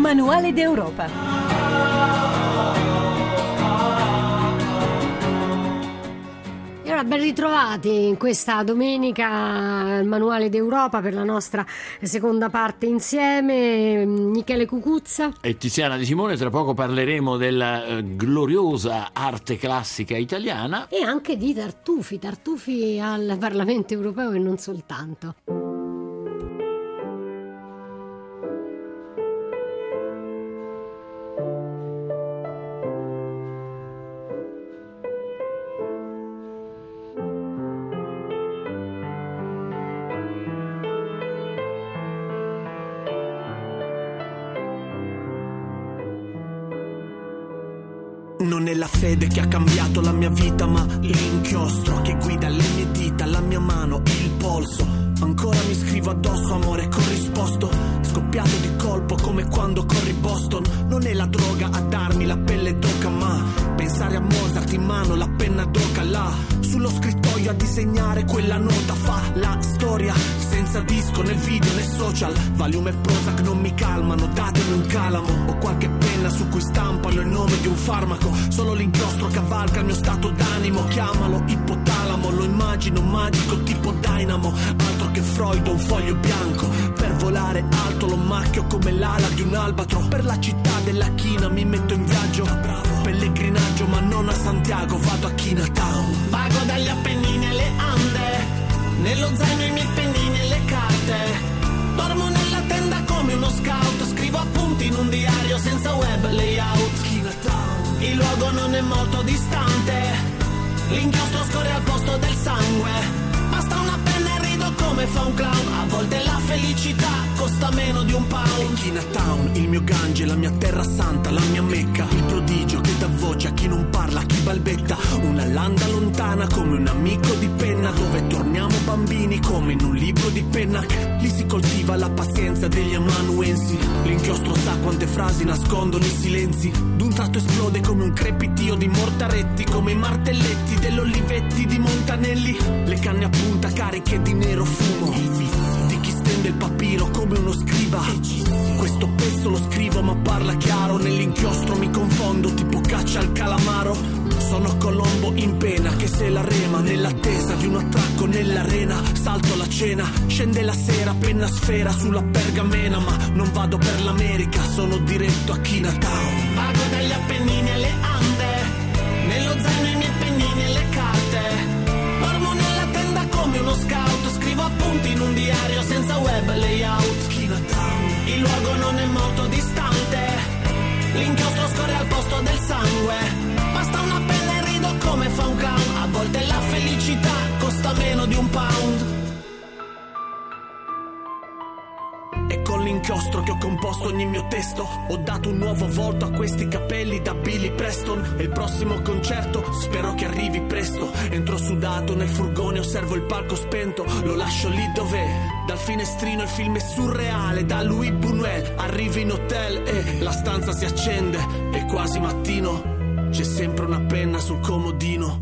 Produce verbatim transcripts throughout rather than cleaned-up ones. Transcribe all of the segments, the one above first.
Manuale d'Europa. E allora, ben ritrovati in questa domenica al Manuale d'Europa per la nostra seconda parte insieme. Michele Cucuzza e Tiziana Di Simone. Tra poco parleremo della eh, gloriosa arte classica italiana e anche di Tartufi, Tartufi al Parlamento europeo e non soltanto. Non è la fede che ha cambiato la mia vita, ma l'inchiostro che guida le mie dita, la mia mano, il polso. Ancora mi scrivo addosso, amore corrisposto, scoppiato di colpo come quando corri Boston. Non è la droga a darmi la pelle d'oca, ma pensare a Mozart in mano, la penna d'oca là, sullo scrittoio a disegnare quella nota. Fa la storia senza disco, né video né social. Valium e Prozac non mi calmano, datemi un calamo o qualche penna su cui stampano il nome di un farmaco. Solo l'inchiostro cavalca il mio stato d'animo, chiamalo ipotalamo, lo immagino magico tipo Dynamo. Altro che Freud o un foglio bianco, per volare alto lo macchio come l'ala di un albatro. Per la città della china mi metto in viaggio, pellegrinaggio ma non a Santiago, vado a Chinatown. Vago dagli Appennini alle Ande, nello zaino i miei pennini e le carte. Dormo nella tenda come uno scout, scrivo appunti in un diario senza web layout. Chinatown, il luogo non è molto distante, l'inchiostro scorre al posto del sangue. Basta una penna e rido come fa un clown, a volte la felicità costa meno di un pound. Chinatown, il mio Gange, la mia terra santa, la mia Mecca. Il prodigio che dà voce a chi non parla, a chi balbetta. Una landa lontana come un amico di penna, dove torniamo bambini come in un libro di Pennac. Lì si coltiva la pazienza degli amanuensi, l'inchiostro sa quante frasi nascondono i silenzi. D'un tratto esplode come un crepitio di Mortaretti, come i martelletti dell'Olivetti di Montanelli. Le canne a punta cariche di nero fumo, di chi stende il papiro come uno scriba. Questo pezzo lo scrivo ma parla chiaro, nell'inchiostro mi confondo tipo caccia al calamaro. Sono Colombo in pena che se la rema, nell'attesa di un attracco nell'arena. Salto la cena, scende la sera, penna sfera sulla pergamena. Ma non vado per l'America, sono diretto a Chinatown. Vago dagli Appennini alle Ande, nello zaino i miei pennini e le carte. Dormo nella tenda come uno scout, scrivo appunti in un diario senza web layout. Chinatown, il luogo non è molto distante, l'inchiostro scorre al posto del sangue. Basta una penna e rido come fa un clown, a volte la felicità costa meno di un pound. E con l'inchiostro che ho composto ogni mio testo, ho dato un nuovo volto a questi capelli da Billy Preston. E il prossimo concerto spero che arrivi presto. Entro sudato nel furgone, osservo il palco spento, lo lascio lì dov'è. Dal finestrino il film è surreale, da Louis Buñuel arrivi in hotel e la stanza si accende. È quasi mattino, c'è sempre una penna sul comodino.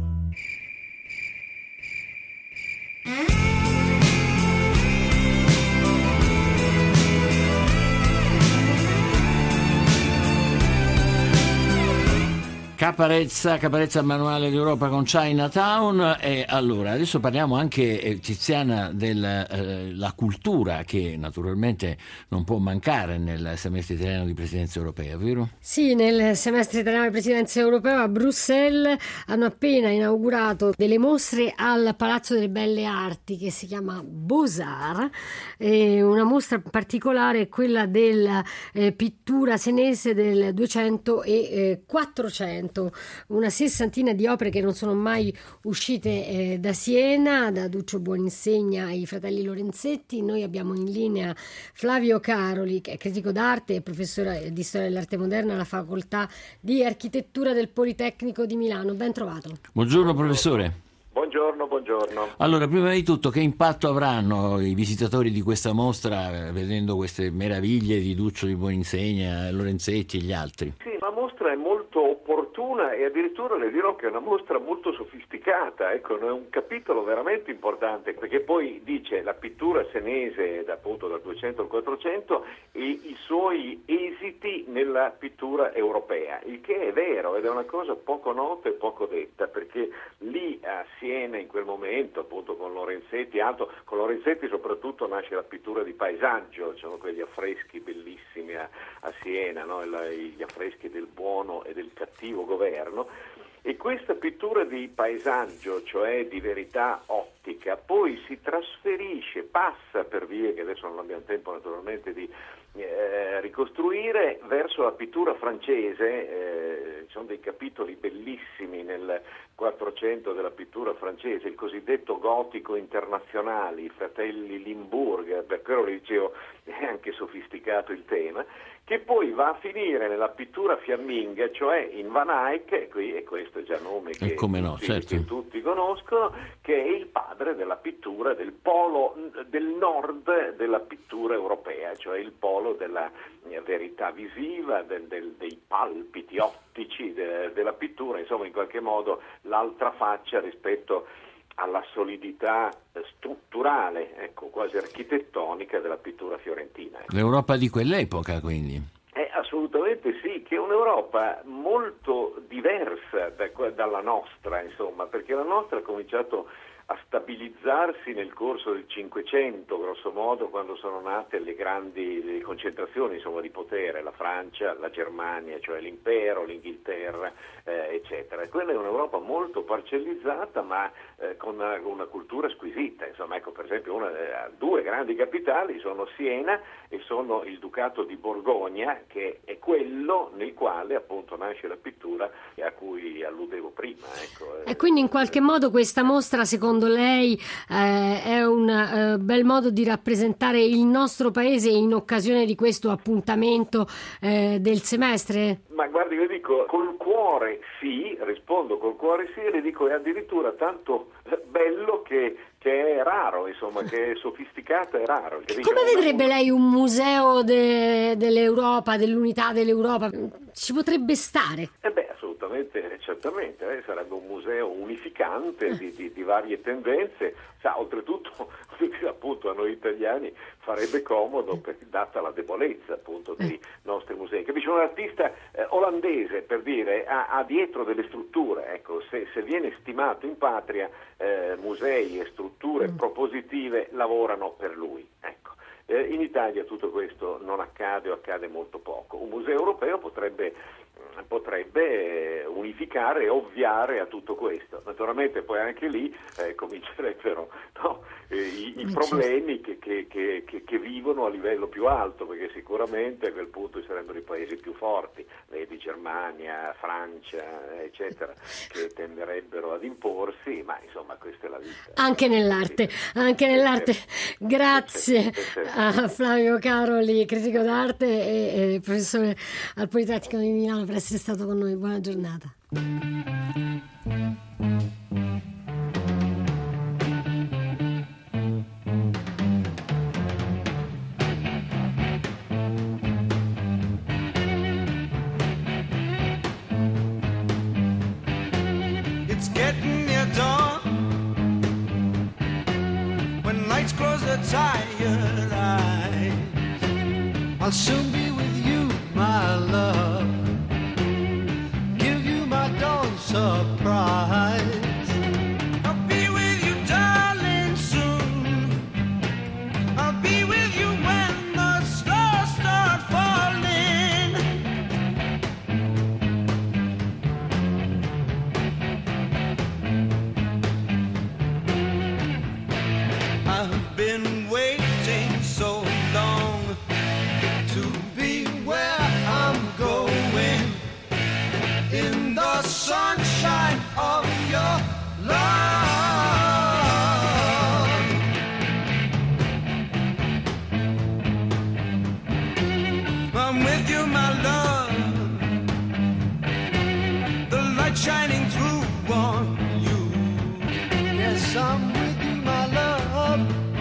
Caparezza, Caparezza al Manuale d'Europa con Chinatown. E allora adesso parliamo anche, eh, Tiziana, della eh, cultura che naturalmente non può mancare nel semestre italiano di presidenza europea, vero? Sì, nel semestre italiano di presidenza europea a Bruxelles hanno appena inaugurato delle mostre al Palazzo delle Belle Arti che si chiama Beaux-Arts. E una mostra particolare è quella della eh, pittura senese del duecento e eh, quattrocento. Una sessantina di opere che non sono mai uscite eh, da Siena, da Duccio Buoninsegna ai fratelli Lorenzetti. Noi abbiamo in linea Flavio Caroli, che è critico d'arte e professore di storia dell'arte moderna alla facoltà di architettura del Politecnico di Milano. Ben trovato. Buongiorno professore. Buongiorno, buongiorno. Allora, prima di tutto, che impatto avranno i visitatori di questa mostra vedendo queste meraviglie di Duccio di Buoninsegna, Lorenzetti e gli altri? Sì, la mostra è molto opportuna opportuna e addirittura le dirò che è una mostra molto sofisticata, ecco, è un capitolo veramente importante, perché poi dice la pittura senese da, appunto dal duecento al quattrocento e i suoi esiti nella pittura europea, il che è vero ed è una cosa poco nota e poco detta, perché lì a Siena in quel momento, appunto con Lorenzetti, alto, con Lorenzetti soprattutto nasce la pittura di paesaggio, ci sono quegli affreschi bellissimi a, a Siena, no? Il, gli affreschi del buono e del cattivo governo, e questa pittura di paesaggio, cioè di verità ottica, poi si trasferisce, passa per vie che adesso non abbiamo tempo naturalmente di eh, ricostruire, verso la pittura francese. Eh, ci sono dei capitoli bellissimi nel quattrocento della pittura francese, il cosiddetto gotico internazionale, i fratelli Limbourg, per quello le dicevo è anche sofisticato il tema, che poi va a finire nella pittura fiamminga, cioè in Van Eyck, e, qui, e questo è già nome che, come no, tutti, certo. che tutti conoscono, che è il padre della pittura del polo del nord della pittura europea, cioè il polo della verità visiva, del, del, dei palpiti ottici de, della pittura, insomma in qualche modo l'altra faccia rispetto alla solidità strutturale, ecco, quasi architettonica della pittura fiorentina. L'Europa di quell'epoca, quindi. Eh, assolutamente sì, che è un'Europa molto diversa da, dalla nostra, insomma, perché la nostra ha cominciato a stabilizzarsi nel corso del Cinquecento, grosso modo, quando sono nate le grandi le concentrazioni, insomma, di potere, la Francia, la Germania, cioè l'impero, l'Inghilterra, eh, eccetera. E quella è un'Europa molto parcellizzata, ma eh, con una, una cultura squisita. Insomma, ecco, per esempio, una, eh, due grandi capitali sono Siena e sono il Ducato di Borgogna, che è quello nel quale appunto nasce la pittura a cui alludevo prima. Ecco. E quindi in qualche modo questa mostra, secondo lei, eh, è un eh, bel modo di rappresentare il nostro paese in occasione di questo appuntamento eh, del semestre? Ma guardi, io dico col cuore sì, rispondo col cuore sì, e le dico è addirittura tanto bello che, che è raro, insomma, che è sofisticato e raro. Che Come dico, vedrebbe una... lei un museo de, dell'Europa, dell'unità dell'Europa? Ci potrebbe stare? Eh beh, assolutamente, certamente, eh, sarebbe un museo unificante di, di, di varie tendenze. Sa, oltretutto, appunto, a noi italiani farebbe comodo, per, data la debolezza appunto dei nostri musei. Capisci, un artista eh, olandese, per dire, ha, ha dietro delle strutture, ecco, se, se viene stimato in patria, eh, musei e strutture propositive lavorano per lui, ecco. Eh, in Italia tutto questo non accade o accade molto poco. Un museo europeo potrebbe potrebbe unificare e ovviare a tutto questo. Naturalmente poi anche lì eh, comincerebbero no, eh, i, i problemi che, che, che, che, che vivono a livello più alto, perché sicuramente a quel punto sarebbero i paesi più forti, vedi Germania, Francia, eccetera, che tenderebbero ad imporsi, ma insomma questa è la vita. Anche nell'arte, sì. anche nell'arte. Grazie sì, sì, sì. a Flavio Caroli, critico d'arte e, e professore al Politecnico di Milano, per essere stato con noi. Buona giornata. It's getting near dawn when lights close their tired eyes. I'll soon be with you, my love. Surprise. I'll be with you, darling, soon. I'll be with you when the stars start falling. I've been waiting so long to be where I'm going, in the sunshine of your love. I'm with you, my love, the light shining through on you. Yes, I'm with you, my love,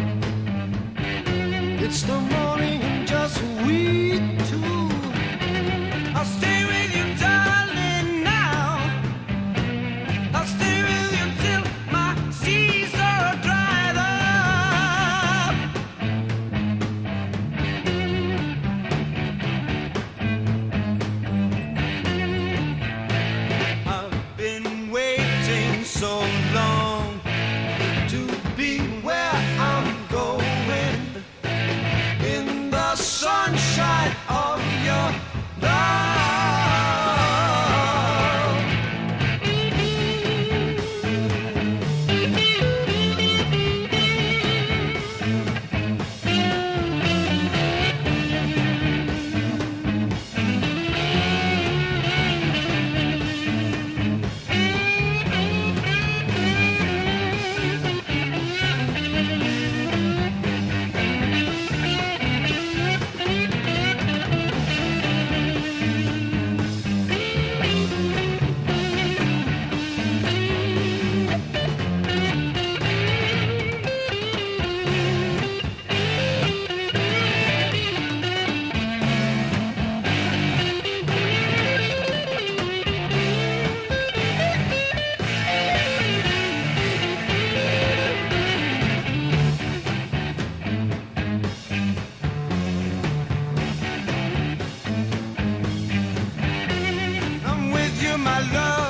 it's the morning and just we two. I'll stay with you, darling, now. my love.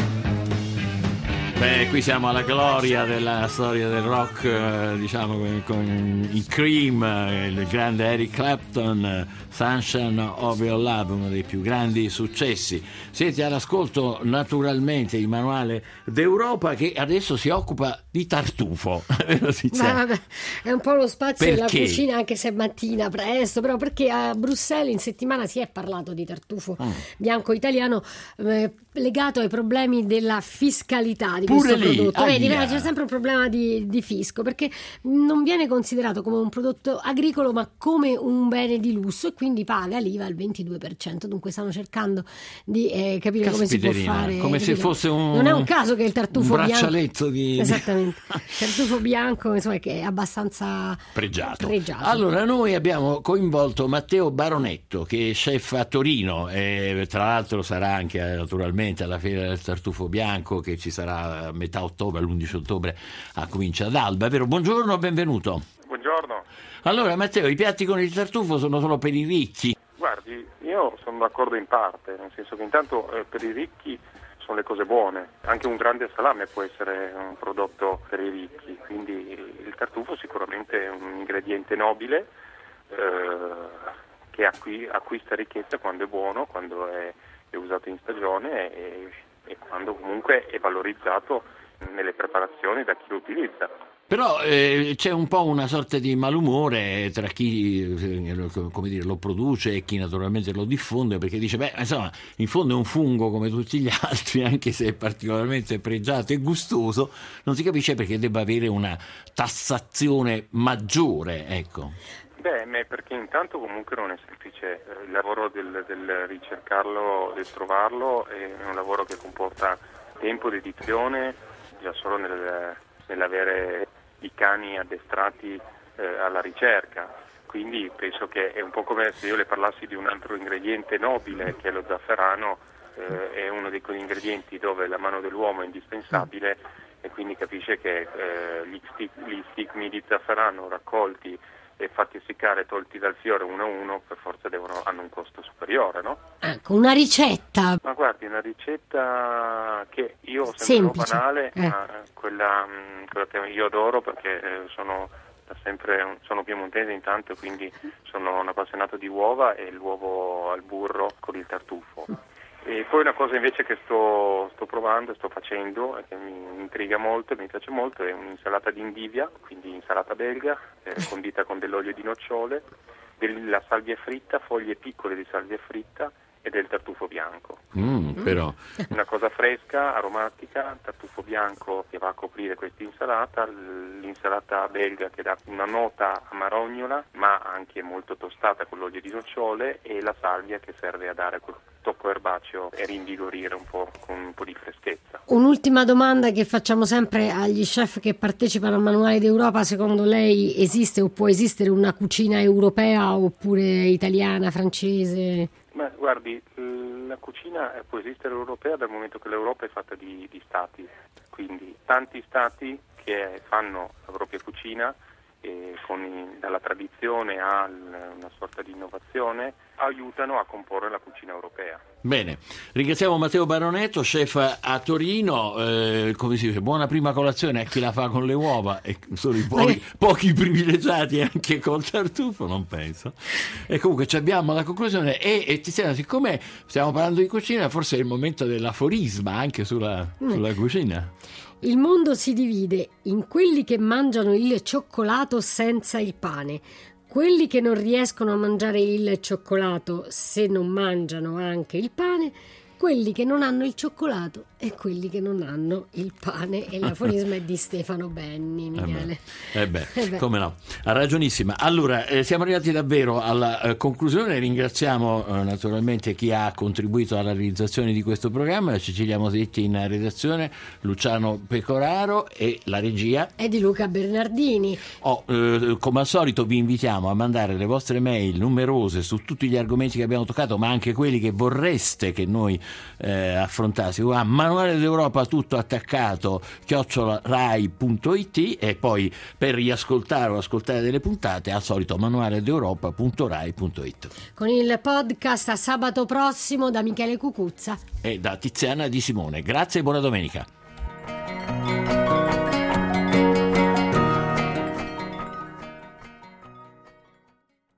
Beh, qui siamo alla gloria della storia del rock, eh, diciamo con, con i Cream, eh, il grande Eric Clapton, eh, Sunshine of Your Love, uno dei più grandi successi. Siete all'ascolto naturalmente di Manuale d'Europa, che adesso si occupa di tartufo. Ma vabbè, è un po' lo spazio Perché? della cucina, anche se è mattina presto, però perché a Bruxelles in settimana si è parlato di tartufo Mm. bianco italiano, eh, legato ai problemi della fiscalità di Pure questo lì, prodotto. Vedi, ahia. c'è sempre un problema di, di fisco, perché non viene considerato come un prodotto agricolo ma come un bene di lusso, e quindi paga l'I V A al ventidue per cento. Dunque stanno cercando di eh, capire come si può Caspiterina, fare, come se capito? fosse un- non è un caso che il un tartufo bianco, braccialetto di... esattamente, tartufo bianco, insomma, che è abbastanza Pregiato. pregiato. Allora, noi abbiamo coinvolto Matteo Baronetto, che è chef a Torino, e tra l'altro sarà anche eh, naturalmente alla Fiera del Tartufo Bianco, che ci sarà a metà ottobre, l'undici ottobre, a comincia ad Alba, vero? Buongiorno, benvenuto. Buongiorno. Allora, Matteo, i piatti con il tartufo sono solo per i ricchi? Guardi, io sono d'accordo in parte, nel senso che intanto eh, per i ricchi sono le cose buone, anche un grande salame può essere un prodotto per i ricchi, quindi il tartufo sicuramente è un ingrediente nobile eh, che acqui- acquista ricchezza quando è buono, quando è, è usato in stagione e, e quando comunque è valorizzato nelle preparazioni da chi lo utilizza. Però eh, c'è un po' una sorta di malumore tra chi eh, come dire, lo produce e chi naturalmente lo diffonde, perché dice, beh, insomma, in fondo è un fungo come tutti gli altri, anche se è particolarmente pregiato e gustoso, non si capisce perché debba avere una tassazione maggiore, ecco. Beh, ma perché intanto comunque non è semplice, il lavoro del, del ricercarlo, del trovarlo è un lavoro che comporta tempo, dedizione, già solo nel, nell'avere i cani addestrati eh, alla ricerca, quindi penso che è un po' come se io le parlassi di un altro ingrediente nobile che è lo zafferano, eh, è uno di quegli ingredienti dove la mano dell'uomo è indispensabile e quindi capisce che eh, gli, stick, gli stigmi di zafferano raccolti e fatti essiccare, tolti dal fiore uno a uno, per forza devono, hanno un costo superiore, no? Ecco, una ricetta. Ma guardi, una ricetta che io sembro Semplice. banale, Eh. ma quella, mh, quella che io adoro perché eh, sono da sempre sono piemontese intanto e quindi sono un appassionato di uova e l'uovo al burro con il tartufo. E poi una cosa invece che sto, sto provando e sto facendo e che mi intriga molto e mi piace molto è un'insalata di indivia, quindi insalata belga, eh, condita con dell'olio di nocciole, della salvia fritta, foglie piccole di salvia fritta e del tartufo bianco. Mm, però... Una cosa fresca, aromatica, tartufo bianco che va a coprire questa insalata, l'insalata belga che dà una nota amarognola ma anche molto tostata con l'olio di nocciole e la salvia che serve a dare quel tocco erbaceo e rinvigorire un po' con un po' di freschezza. Un'ultima domanda che facciamo sempre agli chef che partecipano al Manuale d'Europa: secondo lei esiste o può esistere una cucina europea oppure italiana, francese? Ma guardi, la cucina può esistere europea dal momento che l'Europa è fatta di, di stati, quindi tanti stati che fanno la propria cucina e con i, dalla tradizione a una sorta di innovazione aiutano a comporre la cucina europea. Bene, ringraziamo Matteo Baronetto, chef a Torino, eh, come si dice, buona prima colazione a chi la fa con le uova, e sono i pochi, pochi privilegiati anche col tartufo, non penso. E comunque ci abbiamo la conclusione e, e Tiziana, siccome stiamo parlando di cucina, forse è il momento dell'aforisma anche sulla, sulla cucina. Il mondo si divide in quelli che mangiano il cioccolato senza il pane, quelli che non riescono a mangiare il cioccolato se non mangiano anche il pane, quelli che non hanno il cioccolato e quelli che non hanno il pane. E l'aforisma è di Stefano Benni, Michele. Eh beh, Eh beh. come no, ha ragionissima. Allora, eh, siamo arrivati davvero alla eh, conclusione. Ringraziamo eh, naturalmente chi ha contribuito alla realizzazione di questo programma, Cecilia Mosetti in redazione, Luciano Pecoraro e la regia. È di Luca Bernardini. Oh, eh, come al solito vi invitiamo a mandare le vostre mail numerose su tutti gli argomenti che abbiamo toccato, ma anche quelli che vorreste che noi eh, affrontati. A Manuale d'Europa tutto attaccato chiocciola rai punto it, e poi per riascoltare o ascoltare delle puntate al solito manuale d'europa punto rai punto it. Con il podcast a sabato prossimo da Michele Cucuzza E da Tiziana Di Simone. Grazie e buona domenica.